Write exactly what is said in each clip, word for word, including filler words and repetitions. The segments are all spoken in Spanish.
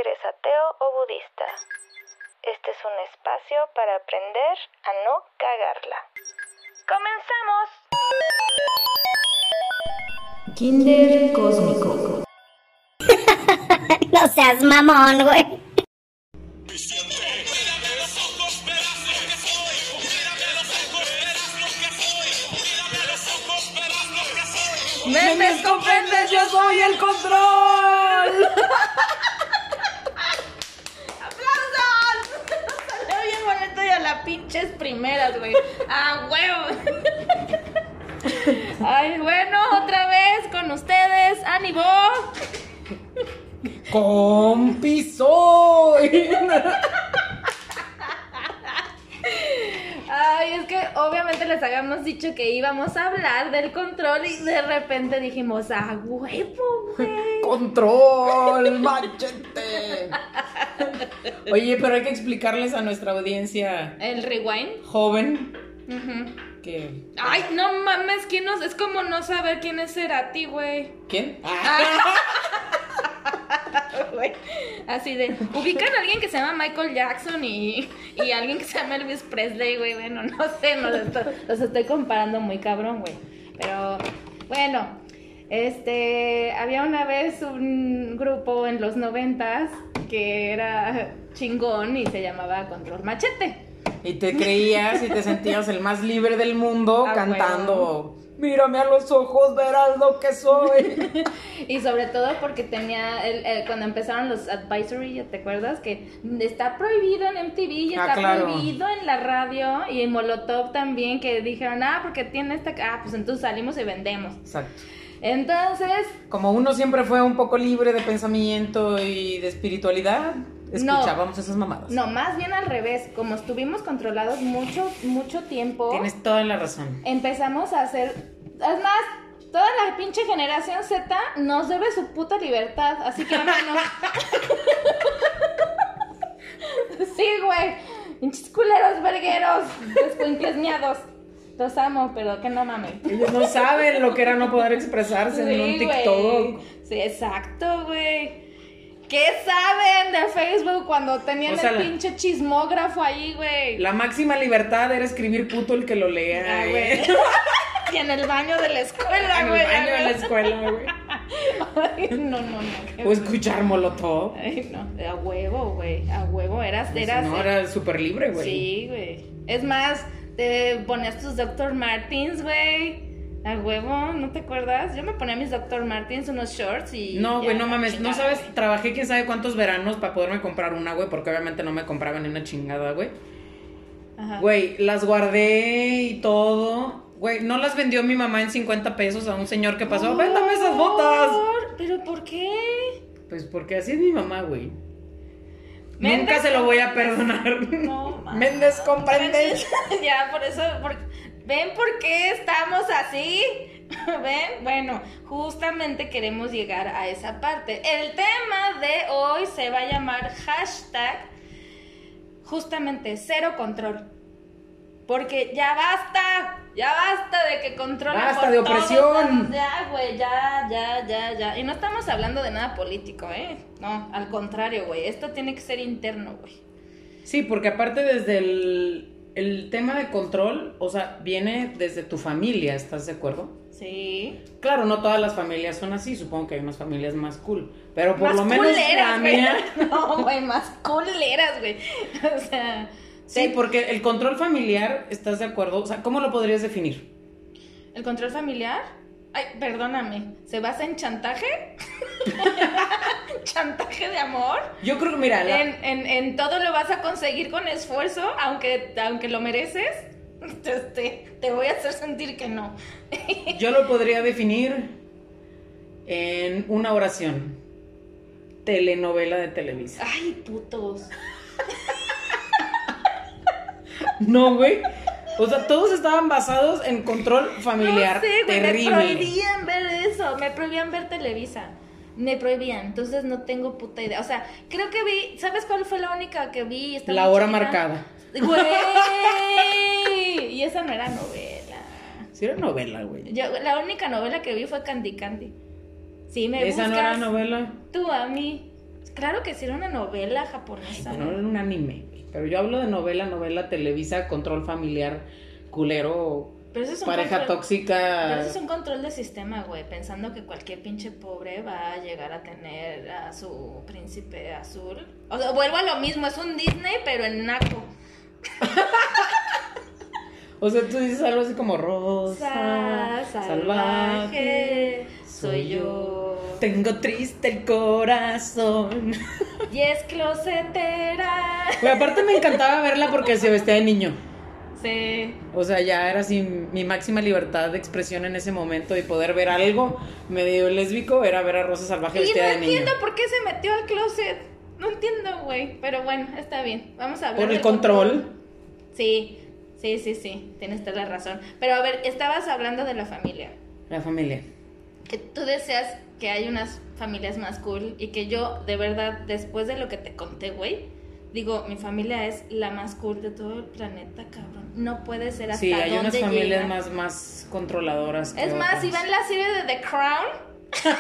eres ateo o budista. Este es un espacio para aprender a no cagarla. ¡Comenzamos! Kinder Cósmico. No seas mamón, güey. ¡Mentes comprendes! ¡Yo soy el control! ¡Aplausos! Salió bien bonito y a las pinches primeras, güey. ¡Ah, huevo! Ay, bueno, otra vez con ustedes, Ánimo. ¡Compi soy! Ay, es que obviamente les habíamos dicho que íbamos a hablar del control y de repente dijimos, ¡ah, huevo, güey! ¡Control, machete! Oye, pero hay que explicarles a nuestra audiencia El rewind. joven Uh-huh. que... Ay, no mames, ¿quién nos... es como no saber quién es Cerati, güey. ¿Quién? Güey, así de, ubican a alguien que se llama Michael Jackson y, y alguien que se llama Elvis Presley, güey. Bueno, no sé, no los estoy, los estoy comparando muy cabrón, güey. Pero, bueno, este, había una vez un grupo en los noventas que era chingón y se llamaba Control Machete. Y te creías y te sentías el más libre del mundo Ah, cantando... Mírame a los ojos, verás lo que soy. Y sobre todo porque tenía, el, el, cuando empezaron los advisory, ¿ya te acuerdas? Que está prohibido en M T V y Ah, está claro. prohibido en la radio. Y en Molotov también, que dijeron, ah, porque tiene esta... Ah, pues entonces salimos y vendemos. Exacto. Entonces... Como uno siempre fue un poco libre de pensamiento y de espiritualidad, escuchábamos no, esas mamadas. No, más bien al revés. Como estuvimos controlados mucho, mucho tiempo... Tienes toda la razón. Empezamos a hacer... Es más, toda la pinche generación Z nos debe su puta libertad, así que vámonos. Sí, güey. Pinches culeros vergueros, descuincles miados. Los amo, pero que no mames. Ellos no saben lo que era no poder expresarse Sí, en un TikTok. güey. Sí, exacto, güey. ¿Qué saben de Facebook cuando tenían O sea, el la- pinche chismógrafo ahí, güey? La máxima libertad era escribir puto el que lo lea. Ah, eh. güey. Y en el baño de la escuela, En güey. el baño de la escuela, güey. Ay, no, no, no. qué O escuchar Molotov. Ay, no, a huevo, güey, a huevo, eras, eras... No, era súper libre, güey. Sí, güey. Es más, te ponías tus doctor Martens, güey, a huevo, ¿no te acuerdas? Yo me ponía mis doctor Martens, unos shorts y... No, güey, ya, no mames, no chingada, sabes, güey. trabajé quién sabe cuántos veranos para poderme comprar una, güey, porque obviamente no me compraba ni una chingada, güey. Ajá. Güey, las guardé y todo. Güey, no las vendió mi mamá en cincuenta pesos a un señor que pasó. ¡Véndame esas botas! ¿Por? ¿Pero por qué? Pues porque así es mi mamá, güey. Méndez Nunca se lo voy a perdonar. No, mames. Méndez comprende. Ya, por eso... por- ¿Ven por qué estamos así? ¿Ven? Bueno, justamente queremos llegar a esa parte. El tema de hoy se va a llamar hashtag justamente cero control. Porque ya basta, ya basta de que controlen Basta por de todos opresión. lados. Ya, güey, ya, ya, ya, ya. Y no estamos hablando de nada político, ¿eh? No, al contrario, güey. Esto tiene que ser interno, güey. Sí, porque aparte desde el, el tema de control, o sea, viene desde tu familia, ¿estás de acuerdo? Sí. Claro, no todas las familias son así, supongo que hay unas familias más cool, pero por Más lo menos culeras, la güey. mía... No, güey, más culeras, güey. O sea... Sí, te- porque el control familiar, ¿estás de acuerdo? O sea, ¿cómo lo podrías definir? ¿El control familiar? Ay, perdóname. ¿Se basa en chantaje? ¿Chantaje de amor? Yo creo que, mira, la- En, en, en todo lo vas a conseguir con esfuerzo, aunque, aunque lo mereces. Te, te voy a hacer sentir que no. yo lo podría definir en una oración. Telenovela de Televisa. Ay, putos. No, güey. O sea, todos estaban basados en control familiar. No sé, güey, me terrible. prohibían ver eso, me prohibían ver Televisa. Me prohibían, entonces no tengo puta idea. O sea, creo que vi, ¿sabes cuál fue la única que vi? Estaba La muy hora chiquita. marcada. Güey. Y esa no era novela. Sí era novela, güey. Yo, la única novela que vi fue Candy Candy. Sí, me Esa buscas. no era novela. Tú a mí. Claro que sí, era una novela japonesa. Ay, no era un anime, pero yo hablo de novela, novela, Televisa, control familiar, culero, pero eso es un pareja control, tóxica. Pero eso es un control de sistema, güey, pensando que cualquier pinche pobre va a llegar a tener a su príncipe azul. O sea, vuelvo a lo mismo, es un Disney, pero en naco. O sea, tú dices algo así como rosa, Sa- salvaje, soy yo. Tengo triste el corazón. Y es closetera. Pero aparte me encantaba verla porque se vestía de niño. Sí. O sea, ya era así mi máxima libertad de expresión en ese momento y poder ver algo medio lésbico era ver a Rosa Salvaje Y vestida no de niño. entiendo por qué se metió al closet. No entiendo, güey. Pero bueno, está bien. Vamos a hablar Por el del control. Sí, sí, sí, sí. Tienes toda la razón. Pero a ver, estabas hablando de la familia. La familia. Que tú deseas que hay unas familias más cool y que yo, de verdad, después de lo que te conté, güey, digo, mi familia es la más cool de todo el planeta, cabrón. No puede ser hasta Sí, hay unas dónde familias llega. más, más controladoras. que Es más, otras. si ven la serie de The Crown,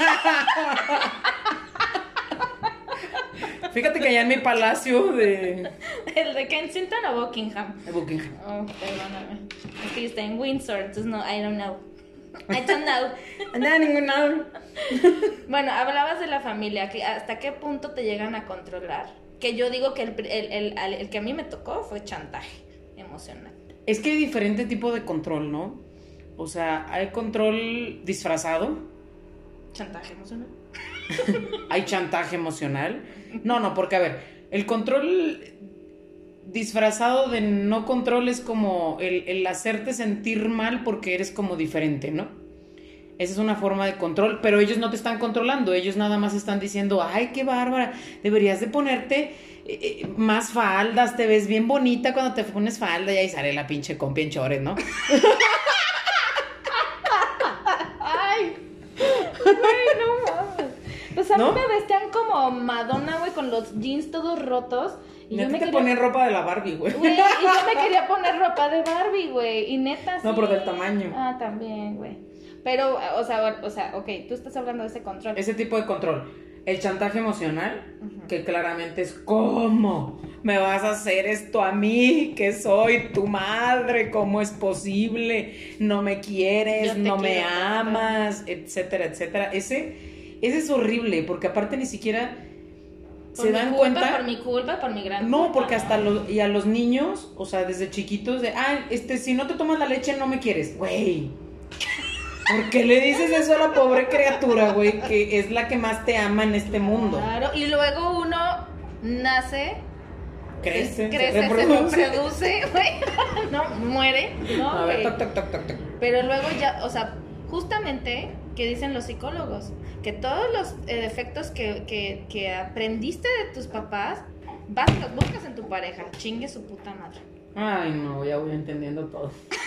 Fíjate que allá en mi palacio de, el de Kensington o Buckingham. de Buckingham. Oh, perdóname. Es que está en Windsor, entonces no, I don't know. I don't know. No, ningún lado. Bueno, hablabas de la familia, que ¿hasta qué punto te llegan a controlar? Que yo digo que el, el, el, el, el que a mí me tocó fue chantaje emocional. Es que hay diferente tipo de control, ¿no? O sea, hay control disfrazado, ¿Chantaje emocional? hay chantaje emocional. No, no, porque a ver, el control disfrazado de no control es como el, el hacerte sentir mal porque eres como diferente, ¿no? Esa es una forma de control, pero ellos no te están controlando, ellos nada más están diciendo, ay, qué bárbara, deberías de ponerte eh, más faldas, te ves bien bonita cuando te pones falda y ahí sale la pinche compi en chores, ¿no? ¡Ay! Güey, no mames. Pues a ¿No? mí me vestían como Madonna, güey, con los jeans todos rotos. Y Y yo me te quería... ponen ropa de la Barbie, güey. Güey, y yo me quería poner ropa de Barbie, güey. Y neta, sí. No, pero del tamaño. Ah, también, güey. Pero, o sea, o sea, ok, tú estás hablando de ese control. Ese tipo de control. El chantaje emocional, Ujú. que claramente es ¿cómo me vas a hacer esto a mí? Que soy tu madre, ¿cómo es posible? No me quieres, Yo te no me quiero tanto. amas, etcétera, etcétera. Ese, ese es horrible, porque aparte ni siquiera Por se mi dan culpa, cuenta. Por mi culpa, por mi gran No, culpa, porque hasta ¿no? los, y a los niños, o sea, desde chiquitos, de, ah, este, si no te tomas la leche no me quieres, güey. ¿Por qué le dices eso a la pobre criatura, güey, que es la que más te ama en este mundo? Claro, y luego uno nace, Crece, crece, se se reproduce. reproduce, güey, no, muere, no, A ver, güey. toc, toc, toc, toc, toc. Pero luego ya, o sea, justamente, que dicen los psicólogos, que todos los eh, defectos que, que, que aprendiste de tus papás, vas y los buscas en tu pareja, chingue su puta madre. Ay, no, ya voy entendiendo todo.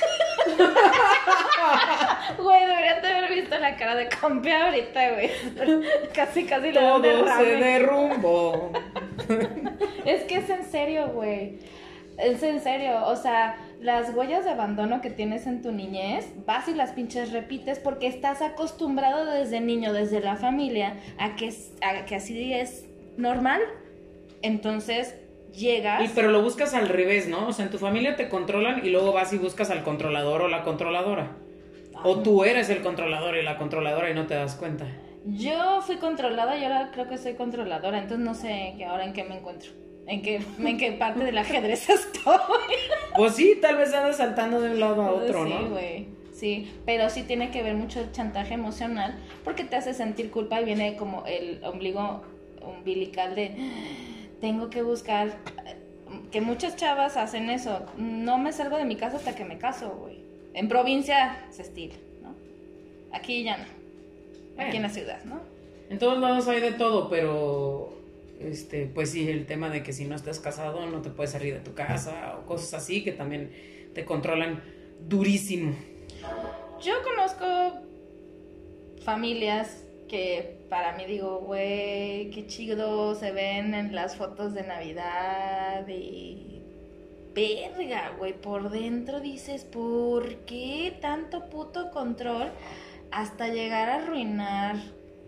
Güey, deberían de haber visto la cara de compi ahorita, güey. Casi, casi le dan Todo se derrame. derrumbó. Es que es en serio, güey. Es en serio. O sea, las huellas de abandono que tienes en tu niñez, vas y las pinches repites porque estás acostumbrado desde niño, desde la familia, a que, a que así es normal. Entonces, llegas... Y, pero lo buscas al revés, ¿no? O sea, en tu familia te controlan y luego vas y buscas al controlador o la controladora. O tú eres el controlador y la controladora y no te das cuenta. Yo fui controlada y ahora creo que soy controladora, entonces no sé que ahora en qué me encuentro. En qué, en qué parte del ajedrez estoy. Pues sí, tal vez andas saltando de un lado a otro, sí, ¿no? güey. Sí, pero sí tiene que ver mucho el chantaje emocional porque te hace sentir culpa y viene como el ombligo umbilical de tengo que buscar, que muchas chavas hacen eso. No me salgo de mi casa hasta que me caso, güey. En provincia se estila, ¿no? Aquí ya no. Aquí Bueno. en la ciudad, ¿no? En todos lados hay de todo, pero este, pues sí, el tema de que si no estás casado no te puedes salir de tu casa o cosas así que también te controlan durísimo. Yo conozco familias que para mí digo, güey, qué chido se ven en las fotos de Navidad y verga, güey, por dentro dices, ¿por qué tanto puto control hasta llegar a arruinar?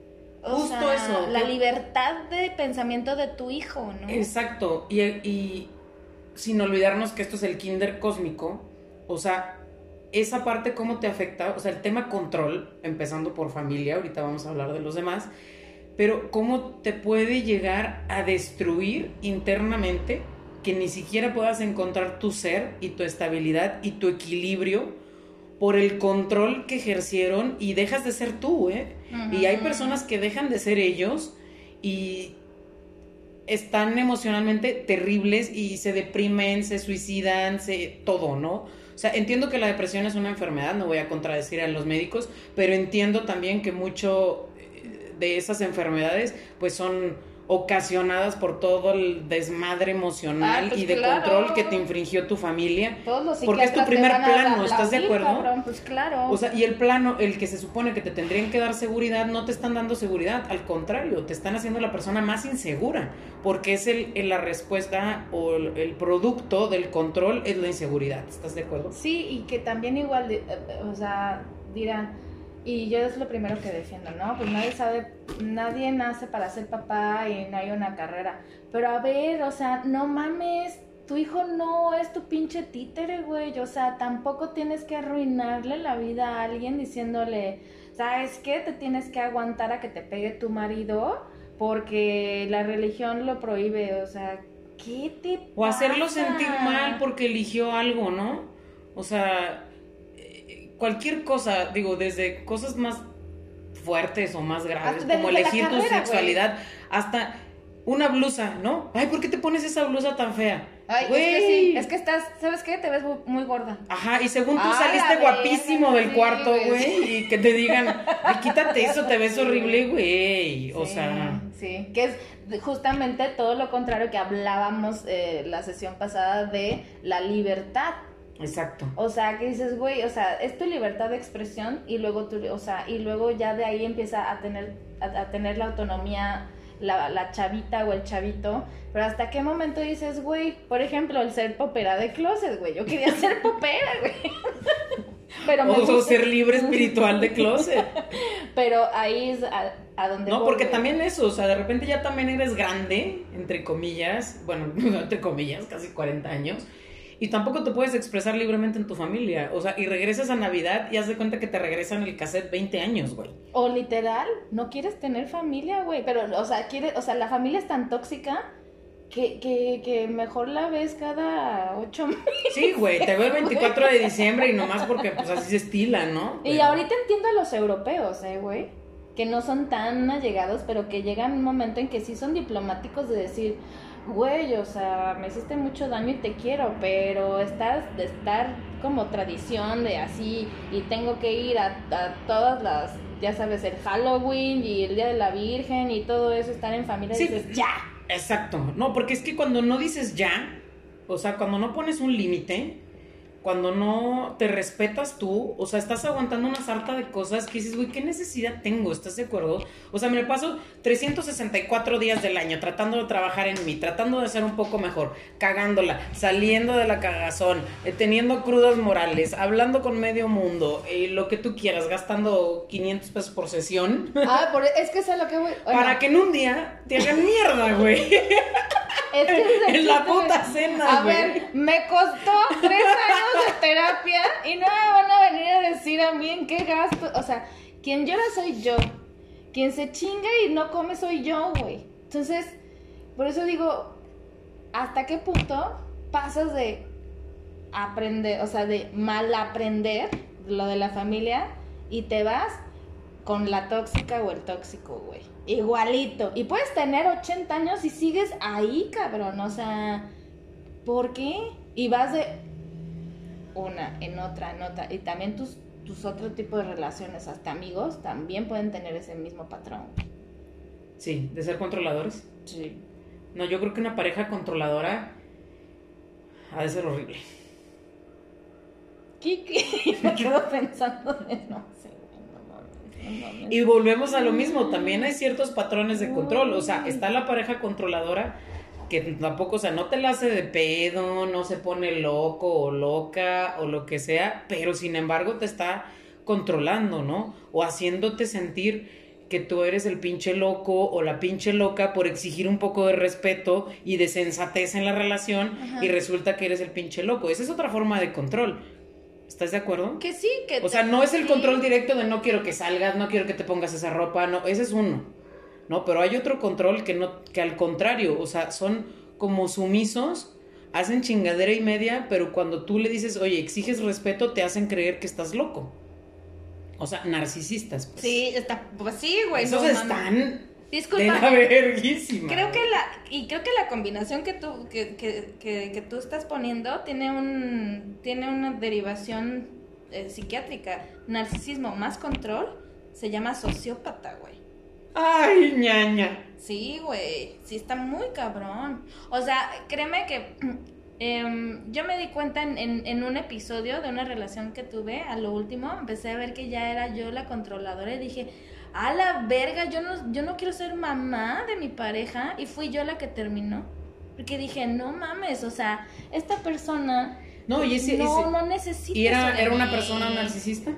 o Justo sea, eso. la Yo- libertad de pensamiento de tu hijo, ¿no? Exacto, y, y sin olvidarnos que esto es el kinder cósmico, o sea, esa parte cómo te afecta, o sea, el tema control, empezando por familia, ahorita vamos a hablar de los demás, pero cómo te puede llegar a destruir internamente que ni siquiera puedas encontrar tu ser y tu estabilidad y tu equilibrio por el control que ejercieron y dejas de ser tú, ¿eh? Ujú. Y hay personas que dejan de ser ellos y están emocionalmente terribles y se deprimen, se suicidan, se, todo, ¿no? O sea, entiendo que la depresión es una enfermedad, no voy a contradecir a los médicos, pero entiendo también que mucho eh, de esas enfermedades pues son ocasionadas por todo el desmadre emocional Ah, pues y de claro. control que te infringió tu familia. Todos los Porque es tu psiquiatras te primer van a plano, ¿estás de aplaudir, acuerdo? cabrón, pues claro. O sea, y el plano, el que se supone que te tendrían que dar seguridad, no te están dando seguridad, al contrario, te están haciendo la persona más insegura, porque es el, el- la respuesta o el, el producto del control es la inseguridad, ¿estás de acuerdo? Sí, y que también igual, de- eh, eh, o sea, dirán, y yo es lo primero que defiendo, ¿no? Pues nadie sabe, nadie nace para ser papá y no hay una carrera. Pero a ver, o sea, no mames, tu hijo no es tu pinche títere, güey. O sea, tampoco tienes que arruinarle la vida a alguien diciéndole, ¿sabes qué? Te tienes que aguantar a que te pegue tu marido porque la religión lo prohíbe. O sea, ¿qué te O hacerlo pasa? sentir mal porque eligió algo, ¿no? O sea, eh, cualquier cosa, digo, desde cosas más fuertes o más graves, Hasta de- como de la elegir tu carrera, güey. sexualidad, hasta una blusa, ¿no? Ay, ¿por qué te pones esa blusa tan fea? Ay, es que Güey. sí, es que estás, ¿sabes qué? Te ves muy, muy gorda. Ajá, y según tú Ah, saliste la guapísimo verga, del sí, cuarto, güey. güey, y que te digan, ay, quítate eso, te ves Sí, horrible, güey. O Sí, sea, sí, que es justamente todo lo contrario que hablábamos eh, la sesión pasada de la libertad. exacto. O sea, que dices, güey, o sea, es tu libertad de expresión y luego tú, o sea, y luego ya de ahí empieza a tener, a, a tener la autonomía la, la chavita o el chavito, pero hasta qué momento dices, güey, por ejemplo, el ser popera de closet, güey, yo quería ser popera, güey. Pero me O, o gusta- ser libre espiritual de closet. Pero ahí es a, a donde No, voy, porque güey. también eso, o sea, de repente ya también eres grande, entre comillas, bueno, entre comillas, casi cuarenta años, y tampoco te puedes expresar libremente en tu familia, o sea, y regresas a Navidad y haz de cuenta que te regresan el cassette veinte años, güey. O literal, no quieres tener familia, güey, pero, o sea, quiere, o sea, la familia es tan tóxica que, que, que mejor la ves cada ocho meses. Sí, güey, te veo el veinticuatro de diciembre y nomás porque pues así se estila, ¿no? Y Pero- ahorita entiendo a los europeos, eh, güey, que no son tan allegados, pero que llegan un momento en que sí son diplomáticos de decir, güey, o sea, me hiciste mucho daño y te quiero, pero estar, de estar como tradición de así, y tengo que ir a, a todas las, ya sabes, el Halloween y el Día de la Virgen y todo eso, estar en familia, Sí. dices, ya. Exacto, no, porque es que cuando no dices ya, o sea, cuando no pones un límite, cuando no te respetas tú, o sea, estás aguantando una sarta de cosas que dices, güey, ¿qué necesidad tengo? ¿Estás de acuerdo? O sea, me lo paso trescientos sesenta y cuatro días del año tratando de trabajar en mí, tratando de ser un poco mejor, cagándola, saliendo de la cagazón, eh, teniendo crudas morales, hablando con medio mundo, eh, lo que tú quieras, gastando quinientos pesos por sesión, Ah, por, es que eso es lo que voy. bueno, para que en un día te hagan mierda, güey. es que ese es el en la chiste, puta güey. cena, A güey. ver, me costó tres años de terapia y no me van a venir a decir a mí en qué gasto. O sea, quien llora soy yo. Quien se chinga y no come soy yo, güey. Entonces, por eso digo, ¿hasta qué punto pasas de aprender, o sea, de mal aprender lo de la familia y te vas con la tóxica o el tóxico, güey? Igualito. Y puedes tener ochenta años y sigues ahí, cabrón. O sea, ¿por qué? Y vas de una en otra, en otra. Y también tus, tus otro tipo de relaciones, hasta amigos, también pueden tener ese mismo patrón. Sí, de ser controladores. Sí. No, yo creo que una pareja controladora ha de ser horrible. ¿Qué, qué? Me quedo pensando de no sé, güey, no mames, no mames. Y volvemos a lo mismo, también hay ciertos patrones de control, o sea, está la pareja controladora que tampoco, o sea, no te la hace de pedo, no se pone loco o loca o lo que sea, pero sin embargo te está controlando, ¿no? O haciéndote sentir que tú eres el pinche loco o la pinche loca por exigir un poco de respeto y de sensatez en la relación. Ajá. Y resulta que eres el pinche loco. Esa es otra forma de control. ¿Estás de acuerdo? Que sí, que... O sea, no es el sí. control directo de no quiero que salgas, no quiero que te pongas esa ropa, no, ese es uno, ¿no? Pero hay otro control que, no, que al contrario, o sea, son como sumisos, hacen chingadera y media, pero cuando tú le dices, oye, exiges respeto, te hacen creer que estás loco. O sea, narcisistas, pues. Sí, está, pues sí, güey. Esos no, están Disculpa, de la verguísima. Creo que la, y creo que la combinación que tú, que, que, que, que tú estás poniendo tiene un, tiene una derivación eh, psiquiátrica. Narcisismo más control se llama sociópata, güey. Ay, ñaña. Sí, güey, sí está muy cabrón. O sea, créeme que eh, yo me di cuenta en, en, en un episodio de una relación que tuve, a lo último, empecé a ver que ya era yo la controladora y dije, a la verga, yo no, yo no quiero ser mamá de mi pareja, y fui yo la que terminó. Porque dije, no mames, o sea, esta persona no, y ese, no, ese, no necesita. ¿Y era, eso de era una mí. persona narcisista?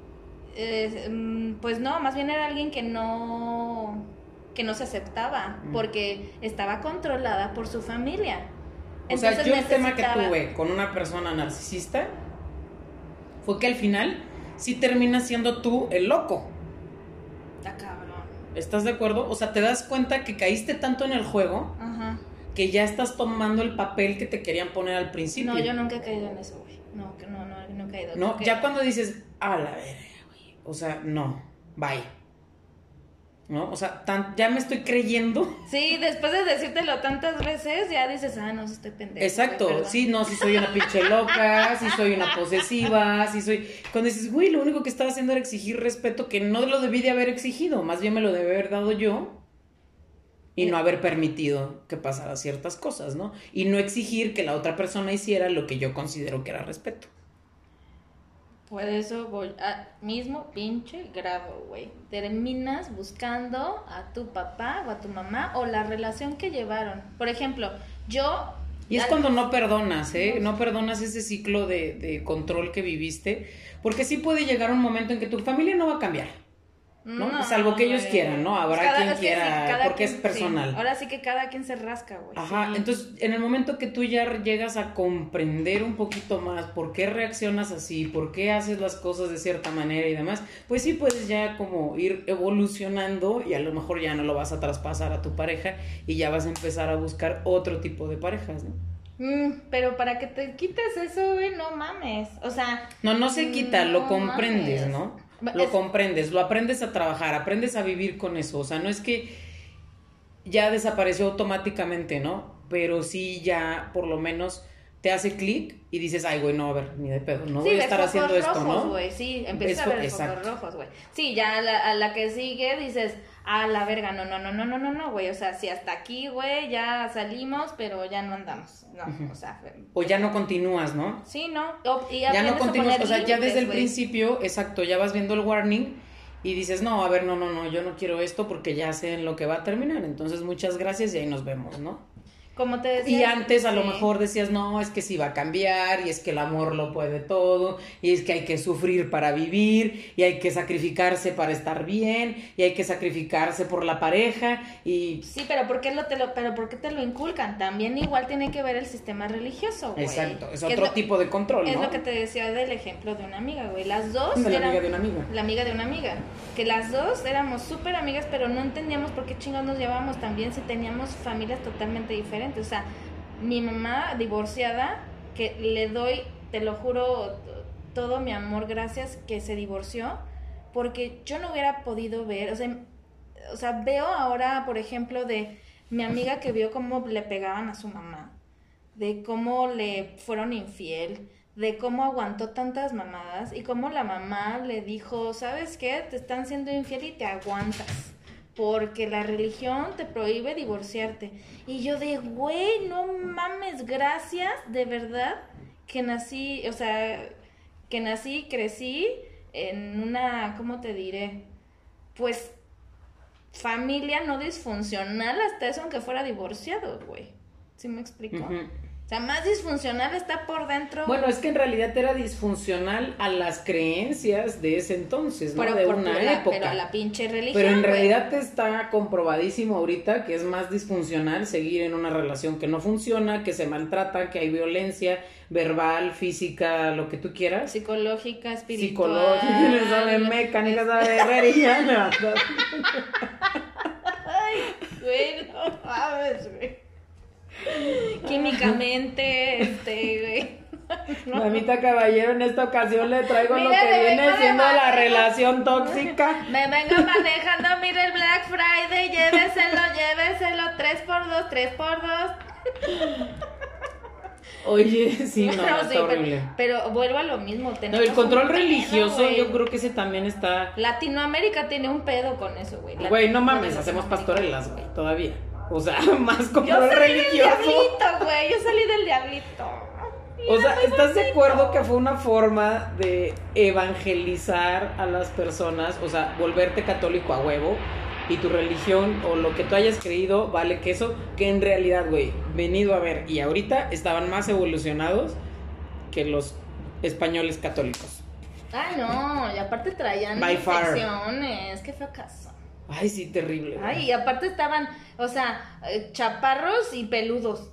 Eh, pues no, más bien era alguien que no que no se aceptaba, mm. porque estaba controlada por su familia. O Entonces sea, yo necesitaba... el tema que tuve con una persona narcisista fue que al final sí terminas siendo tú el loco. Ah, cabrón. ¿Estás de acuerdo? O sea, te das cuenta que caíste tanto en el juego. Ajá. Que ya estás tomando el papel que te querían poner al principio. No, yo nunca he caído en eso, güey. No, que no, no, no he caído. No, porque... ya cuando dices, a la verga, güey. O sea, no, bye. ¿No? O sea, tan, ya me estoy creyendo. Sí, después de decírtelo tantas veces, ya dices, ah, no, estoy pendejo. Exacto, güey, sí, no, si soy una pinche loca, si soy una posesiva, si soy... Cuando dices, güey, lo único que estaba haciendo era exigir respeto, que no lo debí de haber exigido, más bien me lo debe haber dado yo y no haber permitido que pasaran ciertas cosas, ¿no? Y no exigir que la otra persona hiciera lo que yo considero que era respeto. Por eso voy al mismo pinche grado, güey. Terminas buscando a tu papá o a tu mamá o la relación que llevaron. Por ejemplo, yo... Y es cuando no perdonas, ¿eh? No perdonas ese ciclo de, de control que viviste. Porque sí puede llegar un momento en que tu familia no va a cambiar, ¿no? No, salvo que ellos quieran, ¿no? Habrá cada, quien es quiera, sí, porque quien, es personal. Sí. Ahora sí que cada quien se rasca, güey. Ajá, sí. Entonces, en el momento que tú ya llegas a comprender un poquito más por qué reaccionas así, por qué haces las cosas de cierta manera y demás, pues sí puedes ya como ir evolucionando y a lo mejor ya no lo vas a traspasar a tu pareja y ya vas a empezar a buscar otro tipo de parejas, ¿no? Mm, pero para que te quites eso, güey, no mames. O sea... No, no se quita, no lo comprendes, mames. ¿No? Lo es... comprendes, lo aprendes a trabajar, aprendes a vivir con eso. O sea, no es que ya desapareció automáticamente, ¿no? Pero sí ya por lo menos te hace clic y dices, ay, güey, no, a ver, ni de pedo, no sí, voy a estar haciendo rojos, esto, ¿no? Güey, sí, empiezas a ver focos rojos, güey. Sí, ya a la, a la que sigue dices, a la verga, no, no, no, no, no, no, no, güey. O sea, si hasta aquí, güey, ya salimos, pero ya no andamos. No, uh-huh. o sea... O ya no continúas, ¿no? Sí, ¿no? O, y ya no continúas, o sea, ya desde el wey. principio, exacto, ya vas viendo el warning y dices, no, a ver, no, no, no, yo no quiero esto porque ya sé en lo que va a terminar. Entonces, muchas gracias y ahí nos vemos, ¿no? Como te decía, y antes a sí. lo mejor decías, no, es que sí va a cambiar, y es que el amor lo puede todo, y es que hay que sufrir para vivir, y hay que sacrificarse para estar bien, y hay que sacrificarse por la pareja, y... Sí, pero ¿por qué, lo te, lo, pero ¿por qué te lo inculcan? También igual tiene que ver el sistema religioso, güey. Exacto, es otro es lo, tipo de control, es ¿no? Es lo que te decía del ejemplo de una amiga, güey. Las dos de la eran... amiga de una amiga. La amiga de una amiga. Que las dos éramos súper amigas, pero no entendíamos por qué chingados nos llevábamos tan bien si teníamos familias totalmente diferentes, o sea... Mi mamá divorciada, que le doy, te lo juro, todo mi amor, gracias que se divorció, porque yo no hubiera podido ver, o sea, o sea, veo ahora, por ejemplo, de mi amiga que vio cómo le pegaban a su mamá, de cómo le fueron infiel, de cómo aguantó tantas mamadas y cómo la mamá le dijo, ¿sabes qué? Te están siendo infiel y te aguantas. Porque la religión te prohíbe divorciarte. Y yo de, güey, no mames, gracias, de verdad, que nací, o sea, que nací y crecí en una, ¿cómo te diré? Pues, familia no disfuncional hasta eso, aunque fuera divorciado, güey. ¿Sí me explico? Uh-huh. O sea, más disfuncional está por dentro. Bueno, es que en realidad era disfuncional a las creencias de ese entonces, ¿no? pero de por una la, época. Pero a la pinche religión. Pero en güey. realidad está comprobadísimo ahorita que es más disfuncional seguir en una relación que no funciona, que se maltrata, que hay violencia verbal, física, lo que tú quieras. Psicológica, espiritual. Psicológica, le sabe mecánica, sabe herrería. Ay, güey, no mames, güey. Químicamente, este, güey. No. Mamita caballero, en esta ocasión le traigo Mira, lo que me viene vengo de siendo la manejo. relación tóxica. Me vengo manejando, mire el Black Friday, lléveselo, lléveselo, tres por dos, tres por dos. Oye, sí, no, No, está sí, horrible. Pero, pero vuelvo a lo mismo. No, tenemos el control un pedo, religioso, güey. yo creo que ese también está. Latinoamérica tiene un pedo con eso, güey. Güey, no mames, Latinoamérica. hacemos pastorelas, güey, todavía. O sea, más Yo control salí del religioso. diablito, güey. Yo salí del diablito. O sea, ¿estás de acuerdo que fue una forma de evangelizar a las personas? O sea, volverte católico a huevo y tu religión o lo que tú hayas creído vale queso, que en realidad, güey, venido a ver y ahorita estaban más evolucionados que los españoles católicos. Ay, no. Y aparte traían By far. infecciones. Qué feo caso. Ay, sí, terrible. güey. Ay, y aparte estaban, o sea, eh, chaparros y peludos.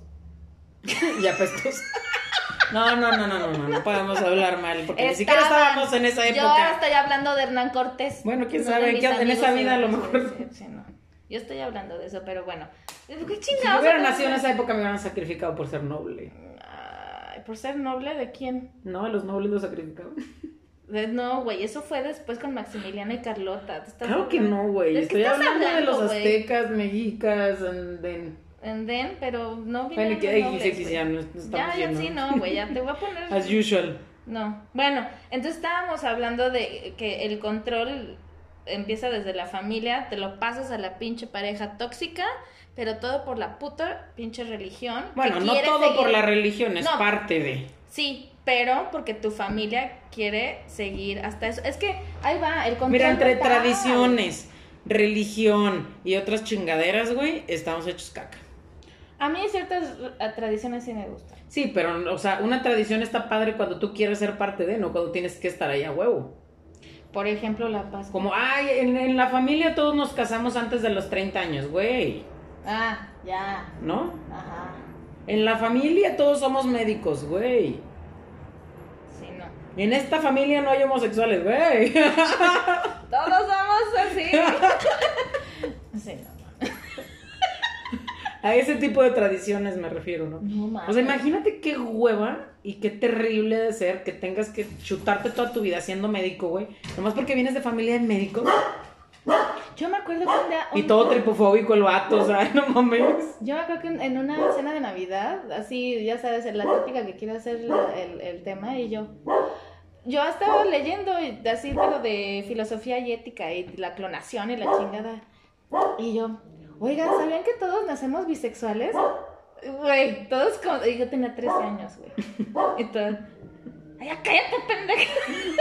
Y apestos. No, no, no, no, no, no, no podemos hablar mal, porque ni siquiera Estaban- estábamos en esa Yo ahora época. estoy hablando de Hernán Cortés. Bueno, quién Uno sabe, de mis ¿qué hacen en esa amigos vida? A lo de- mejor. sí, sí, no. Yo estoy hablando de eso, pero bueno. ¿Qué Si chingados? hubiera nacido en esa época me hubieran sacrificado por ser noble. Ay, ¿por ser noble de quién? No, los nobles los sacrificaban. De- No, güey, eso fue después con Maximiliano y Carlota. ¿Te estás Claro que hablando? no, güey. ¿De qué Estoy estás hablando de los hablando, güey? aztecas, mexicas, en- de... En Den, pero no Bueno, vinieron que los ay, nobles, sí, sí, güey. ya no estamos Ya, ya, yendo. sí, no, güey, ya te voy a poner... As usual. No, bueno, entonces estábamos hablando de que el control empieza desde la familia, te lo pasas a la pinche pareja tóxica, pero todo por la puta pinche religión. que Bueno, no quiere todo seguir- por la religión, es No. parte de... Sí, pero porque tu familia quiere seguir hasta eso. Es que ahí va, el control Mira, entre total. tradiciones, religión y otras chingaderas, güey, estamos hechos caca. A mí ciertas eh, tradiciones sí me gustan. Sí, pero, o sea, una tradición está padre cuando tú quieres ser parte de, no cuando tienes que estar ahí a huevo. Por ejemplo, la Pascua. Como, ay, en, en la familia todos nos casamos antes de los treinta años, güey, Ah, ya. ¿no? Ajá. En la familia todos somos médicos, güey. Sí, no. En esta familia no hay homosexuales, güey. Todos somos así. Sí, no. A ese tipo de tradiciones me refiero, ¿no? No mames. O sea, imagínate qué hueva y qué terrible de ser que tengas que chutarte toda tu vida siendo médico, güey. Nomás porque vienes de familia de médicos. Yo me acuerdo que un día... Y un- todo tripofóbico el vato, o sea, no mames. Yo me acuerdo que en en una cena de Navidad, así, ya sabes, en la típica que quiere hacer la- el, el tema, y yo... Yo estaba leyendo y así, pero de filosofía y ética y la clonación y la chingada. Y yo, oigan, ¿sabían que todos nacemos bisexuales? Güey, todos como... Y yo tenía trece años, güey. Y todos... ¡Ay, ya cállate, pendeja!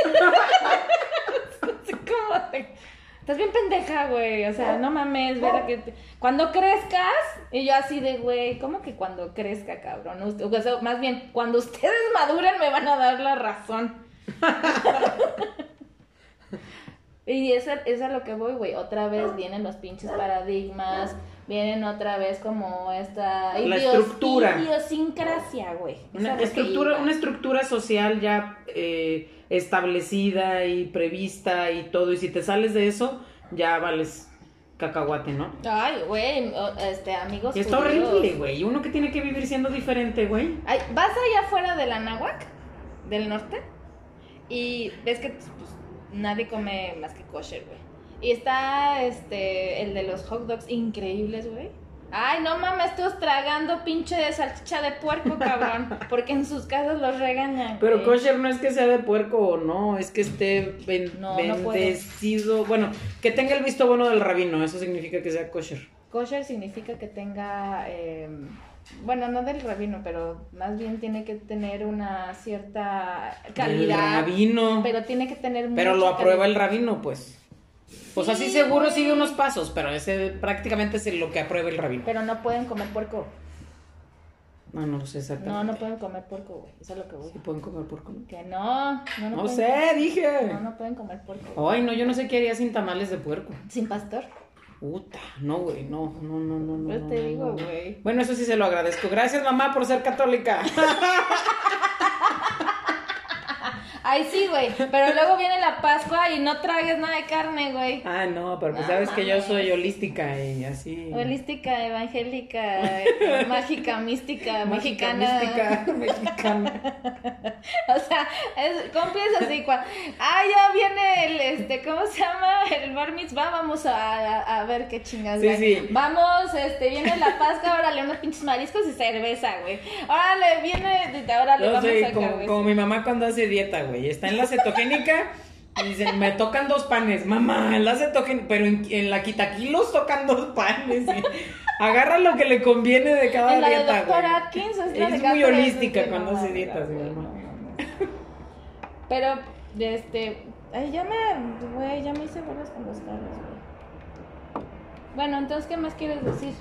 Así como de... Estás bien pendeja, güey. O sea, no mames, ¿verdad? Que te- cuando crezcas, y yo así de, güey, ¿cómo que cuando crezca, cabrón? Usted- O sea, más bien, cuando ustedes maduren me van a dar la razón. Y eso es a lo que voy, güey. Otra vez vienen los pinches paradigmas, vienen otra vez como esta La idios- estructura. idiosincrasia, güey. Es a Una lo que estructura, iba. una estructura social ya eh, establecida y prevista y todo. Y si te sales de eso, ya vales cacahuate, ¿no? Ay, güey, o- este, amigos Y está judíos. horrible, güey. Uno que tiene que vivir siendo diferente, güey. Ay, vas allá afuera de la Náhuac, del norte, y ves que pues, nadie come más que kosher, güey. Y está este el de los hot dogs increíbles, güey. Ay, no mames, todos tragando pinche de salchicha de puerco, cabrón. Porque en sus casas los regañan. Pero güey. kosher no es que sea de puerco o no, es que esté ben- No, no puede. bendecido. Bueno, que tenga el visto bueno del rabino, eso significa que sea kosher. Kosher significa que tenga, eh, bueno, no del rabino, pero más bien tiene que tener una cierta calidad. El rabino. Pero tiene que tener Pero mucha lo aprueba el calidad. rabino, pues. O sea, sí Sí, seguro güey. sigue unos pasos, pero ese prácticamente es lo que aprueba el rabino. Pero no pueden comer puerco. No, no sé exactamente. No, no pueden comer puerco, güey. Eso es lo que voy. ¿Sí pueden comer porco? Que no, no, no, No pueden sé, comer- dije. No, no pueden comer puerco. Ay, no, yo no sé qué haría sin tamales de puerco. Sin pastor. Puta, no, güey, no, no, no, no, no. Pues no, te no, digo, no. güey. Bueno, eso sí se lo agradezco. Gracias, mamá, por ser católica. Ay, sí, güey. Pero luego viene la Pascua y no tragues nada de carne, güey. Ah, no, pero pues No sabes que yo mames. soy holística y así. Holística, evangélica, mágica, mística, Mágica, mexicana. mística, mexicana. O sea, es, ¿cómo piensas así? Cuando, ah, ya viene el, este, ¿cómo se llama? El bar mitzvah, vamos a, a, a ver qué chingas, Sí, güey. sí. Vamos, este, viene la Pascua, órale, unos pinches mariscos y cerveza, güey. Órale, viene, órale, Yo vamos soy a como, güey. como mi mamá cuando hace dieta, güey. Está en la cetogénica y dice, me tocan dos panes. Mamá, en la cetogénica, pero en, en la quitaquilos tocan dos panes. Y agarra lo que le conviene de cada En la de dieta, doctor güey. Atkins es la de Es cada muy tres, holística es que cuando no hace mames, dietas, mi güey, mamá. no, no, no. Pero, este, ay, ya me, güey, ya me hice bolas con los carros, güey. Bueno, entonces, ¿qué más quieres decir?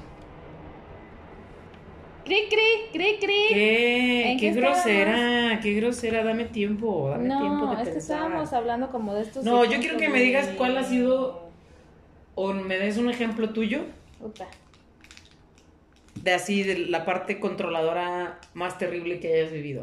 Cri, cri, cri, cri. ¿Qué? ¿En Qué qué grosera, qué grosera. Dame tiempo, dame tiempo No, de es que pensar. estábamos hablando como de estos. No, yo ejemplos, quiero que me digas güey. cuál ha sido, o me des un ejemplo tuyo, Puta. de así, de la parte controladora más terrible que hayas vivido.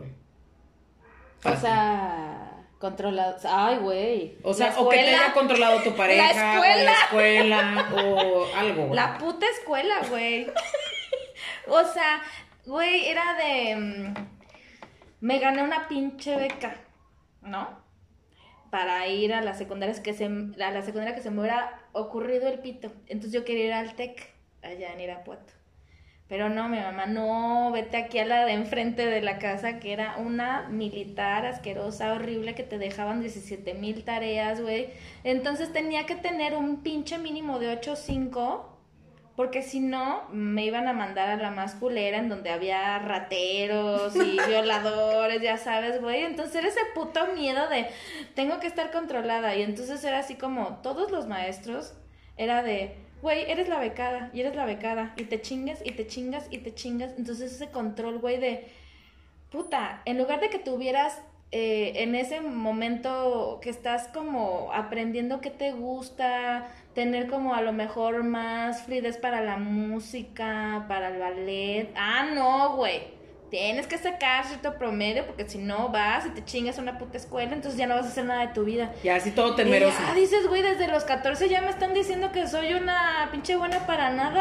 O sea, controlado. Ay, güey. O sea, La o que te escuela- haya controlado tu pareja, La o la escuela. escuela, o algo. güey. La puta escuela, güey. O sea, güey, era de... mm, me gané una pinche beca, ¿no? Para ir a la secundaria que se, a la secundaria que se me hubiera ocurrido el pito. Entonces yo quería ir al TEC, allá en Irapuato. Pero no, mi mamá, no, vete aquí a la de enfrente de la casa, que era una militar asquerosa, horrible, que te dejaban diecisiete mil tareas, güey. Entonces tenía que tener un pinche mínimo de ocho o cinco, porque si no, me iban a mandar a la más culera, en donde había rateros y violadores, ya sabes, güey. Entonces era ese puto miedo de, tengo que estar controlada. Y entonces era así como, todos los maestros, era de... Güey, eres la becada, y eres la becada, y te chingas, y te chingas, y te chingas. Entonces ese control, güey, de... Puta, en lugar de que tuvieras eh, en ese momento que estás como aprendiendo qué te gusta, tener como a lo mejor más fluidez para la música, para el ballet. Ah, no, güey. Tienes que sacar cierto promedio, porque si no vas y te chingas a una puta escuela, entonces ya no vas a hacer nada de tu vida. Y así todo Y temeroso. ya dices, güey, desde los catorce ya me están diciendo que soy una pinche buena para nada.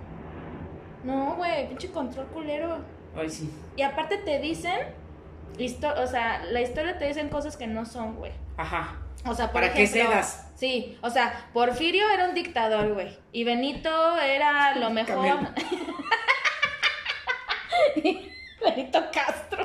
No, güey, pinche control culero. Ay, sí. Y aparte te dicen, histo- o sea, la historia te dicen cosas que no son, güey. Ajá. O sea, por Para que ejemplo, cedas. Sí, o sea, Porfirio era un dictador, güey. Y Benito era lo mejor. Camilo. Benito Castro.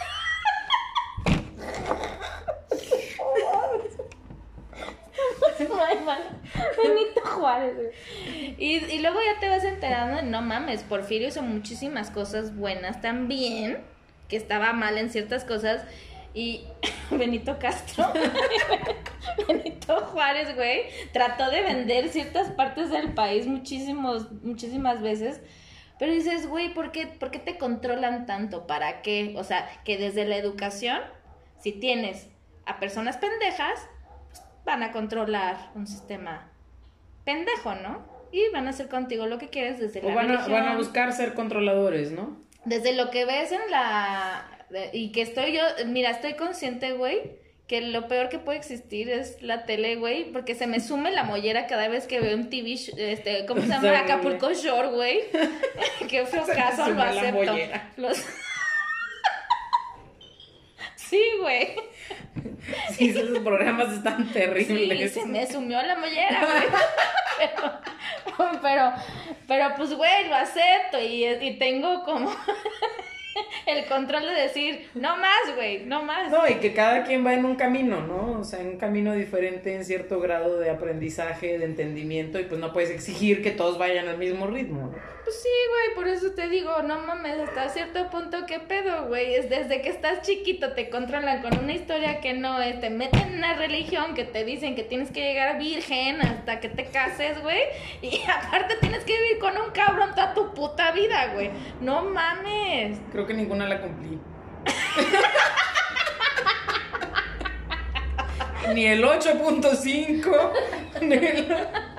Ay, man. Benito Juárez, güey. Y, y luego ya te vas enterando de, no mames, Porfirio hizo muchísimas cosas buenas también, que estaba mal en ciertas cosas. Y Benito Castro, Benito Juárez, güey, trató de vender ciertas partes del país muchísimos, muchísimas veces. Pero dices, güey, ¿por qué, ¿por qué te controlan tanto? ¿Para qué? O sea, que desde la educación, si tienes a personas pendejas, pues van a controlar un sistema pendejo, ¿no? Y van a hacer contigo lo que quieres desde O la van a, religión, van a buscar ser controladores, ¿no? desde lo que ves en la... de- y que estoy yo, mira, estoy consciente, güey, que lo peor que puede existir es la tele, güey, porque se me sume la mollera cada vez que veo un T V, sh- este, ¿cómo se llama? Está muy Acapulco Shore, güey. Qué feo Se me caso, sume lo la acepto. mollera. Los... Sí, güey. Sí, esos programas están Sí, terribles. se me sumió la mollera, güey. Pero, pero, pero, pues, güey, lo acepto y, y tengo como el control de decir, no más, güey, no más. No, y que cada quien va en un camino, ¿no? O sea, en un camino diferente, en cierto grado de aprendizaje, de entendimiento, y pues no puedes exigir que todos vayan al mismo ritmo, ¿no? Pues sí, güey, por eso te digo, no mames, hasta cierto punto, ¿qué pedo, güey? Es desde que estás chiquito te controlan con una historia que no es, te meten en una religión que te dicen que tienes que llegar virgen hasta que te cases, güey, y aparte tienes que vivir con un cabrón toda tu puta vida, güey. No mames. Creo Creo que ninguna la cumplí. Ni el ocho punto cinco. Ni el...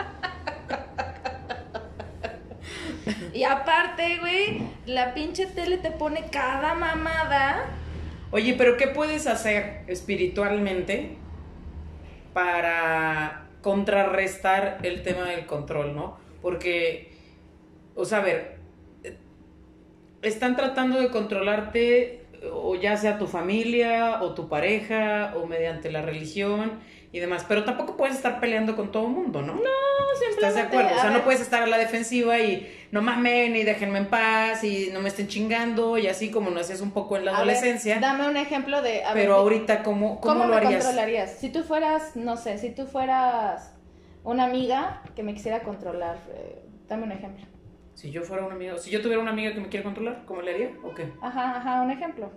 Y aparte, güey, la pinche tele te pone cada mamada. Oye, pero ¿qué puedes hacer espiritualmente para contrarrestar el tema del control, no? Porque, o sea, a ver, están tratando de controlarte, o ya sea tu familia, o tu pareja, o mediante la religión y demás, pero tampoco puedes estar peleando con todo el mundo, ¿no? No, simplemente... ¿Estás de acuerdo? O sea, a no ver, puedes estar a la defensiva y no mamen y déjenme en paz y no me estén chingando y así como lo hacías un poco en la a adolescencia. ver, dame un ejemplo de... a Pero ver, ahorita, ¿cómo, cómo, ¿cómo lo me harías? controlarías? Si tú fueras, no sé, si tú fueras una amiga que me quisiera controlar, eh, dame un ejemplo. Si yo fuera una amiga, si yo tuviera una amiga que me quiere controlar, ¿cómo le haría? ¿O qué? Ajá, ajá, un ejemplo.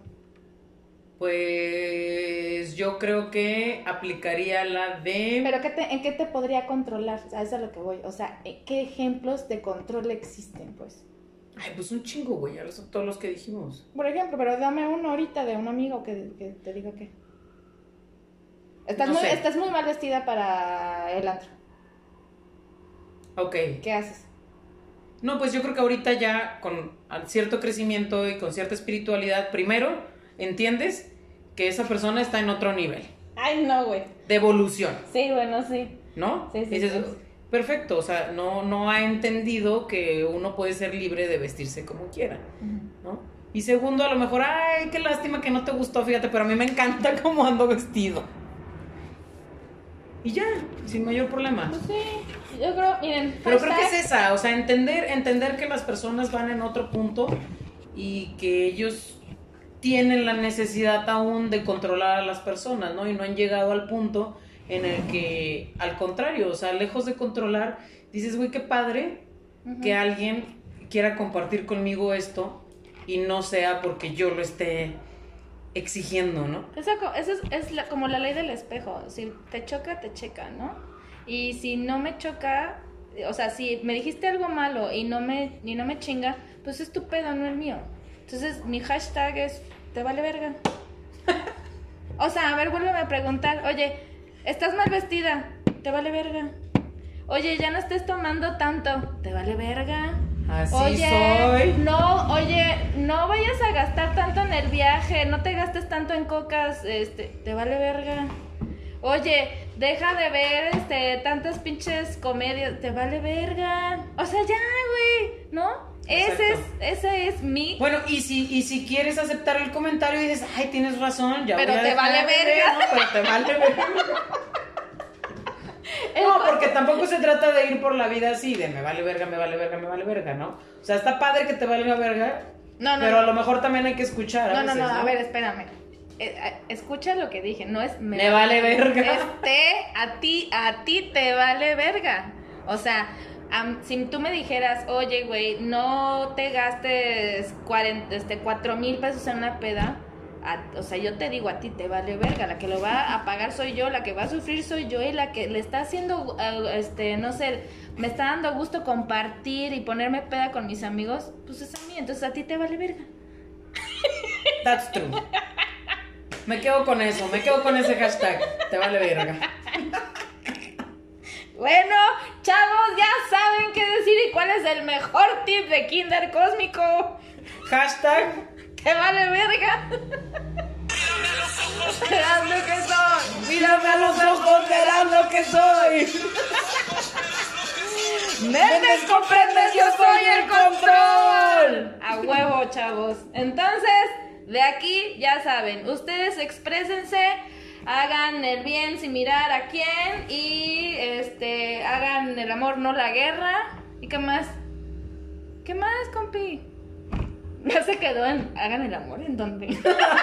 Pues yo creo que aplicaría la de... Pero ¿qué te, ¿en qué te podría controlar? A eso es a lo que voy. O sea, ¿qué ejemplos de control existen, pues? Ay, pues un chingo, güey, ya los- todos los que dijimos. Por ejemplo, pero dame uno ahorita de un amigo que, que te diga que... Estás, No muy, sé. estás muy mal vestida para el antro. Ok. ¿Qué haces? No, pues yo creo que ahorita ya con cierto crecimiento y con cierta espiritualidad, primero entiendes que esa persona está en otro nivel Ay, no, güey. de evolución, Sí, bueno, sí. ¿no? Sí, sí, Y dices, sí. perfecto, o sea, no, no ha entendido que uno puede ser libre de vestirse como quiera, ¿no? Y segundo, a lo mejor, ay, qué lástima que no te gustó, fíjate, pero a mí me encanta cómo ando vestido. Y ya, sin mayor problema. Pues sí, yo creo, miren. Pero creo que hashtag- es esa, o sea, entender, entender que las personas van en otro punto y que ellos tienen la necesidad aún de controlar a las personas, ¿no? Y no han llegado al punto en el que, al contrario, o sea, lejos de controlar, dices, güey, qué padre Ujú. que alguien quiera compartir conmigo esto y no sea porque yo lo esté exigiendo, ¿no? Eso, co- eso es, es la- como la ley del espejo. Si te choca, te checa, ¿no? Y si no me choca, o sea, si me dijiste algo malo y no me, y no me chinga, pues es tu pedo, no el mío. Entonces, mi hashtag es, te vale verga. O sea, a ver, vuélveme a preguntar, oye, ¿estás mal vestida? Te vale verga. Oye, ya no estés tomando tanto, te vale verga. Así Oye, soy. no, oye, no vayas a gastar tanto en el viaje, no te gastes tanto en cocas, este, te vale verga. Oye, deja de ver este tantas pinches comedias, te vale verga. O sea, ya, güey, ¿no? Ese es, Exacto. ese es mi. Bueno, y si, y si quieres aceptar el comentario y dices, ay, tienes razón, ya Pero voy a te dejar vale de ver, verga. ¿no? Pero te vale verga. No, porque tampoco se trata de ir por la vida así, de me vale verga, me vale verga, me vale verga, ¿no? O sea, está padre que te valga verga, No, no, pero a no. lo mejor también hay que escuchar a No, no, veces, no, a ver, espérame. Eh, eh, escucha lo que dije, no es Me vale verga. Este, a ti, a ti te vale verga. O sea, am- si tú me dijeras, oye, güey, no te gastes cuarenta, este, cuatro mil pesos en una peda, a- o sea, yo te digo, a ti te vale verga. La que lo va a pagar soy yo, la que va a sufrir soy yo, y la que le está haciendo, eh, este, no sé, me está dando gusto compartir y ponerme peda con mis amigos, pues es a mí, entonces a ti te vale verga. That's true. Me quedo con eso, me quedo con ese hashtag, te vale verga. Bueno, chavos, ya saben qué decir y cuál es el mejor tip de Kinder Cósmico. Hashtag, ¡Te vale verga! Verás lo que soy. mírame a los ojos, verás lo que soy. ¡Mentes comprendes, yo soy el control! A huevo, chavos. Entonces, de aquí, ya saben, ustedes exprésense, hagan el bien sin mirar a quién y este hagan el amor, no la guerra. ¿Y qué más? ¿Qué más, compi? Ya se quedó en hagan el amor en dónde.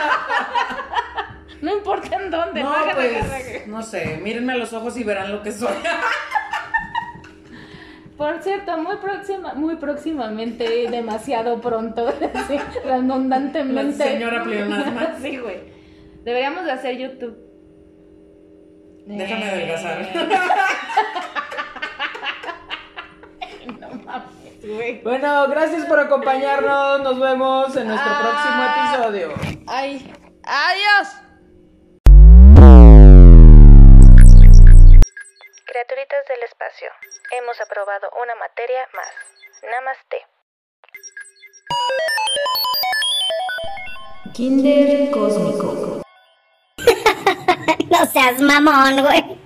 No importa en dónde, No, hagan la pues, guerra. no sé, mírenme a los ojos y verán lo que soy. Por cierto, muy próxima, muy próximamente, demasiado pronto, sí, redundantemente. La señora pleonasma. Sí, güey. Deberíamos de hacer YouTube. Déjame adelgazar. No mames, güey. Bueno, gracias por acompañarnos. Nos vemos en nuestro Ah. próximo episodio. Ay, adiós. Criaturitas del espacio, hemos aprobado una materia más. Namaste. Kinder cósmico. No seas mamón, güey.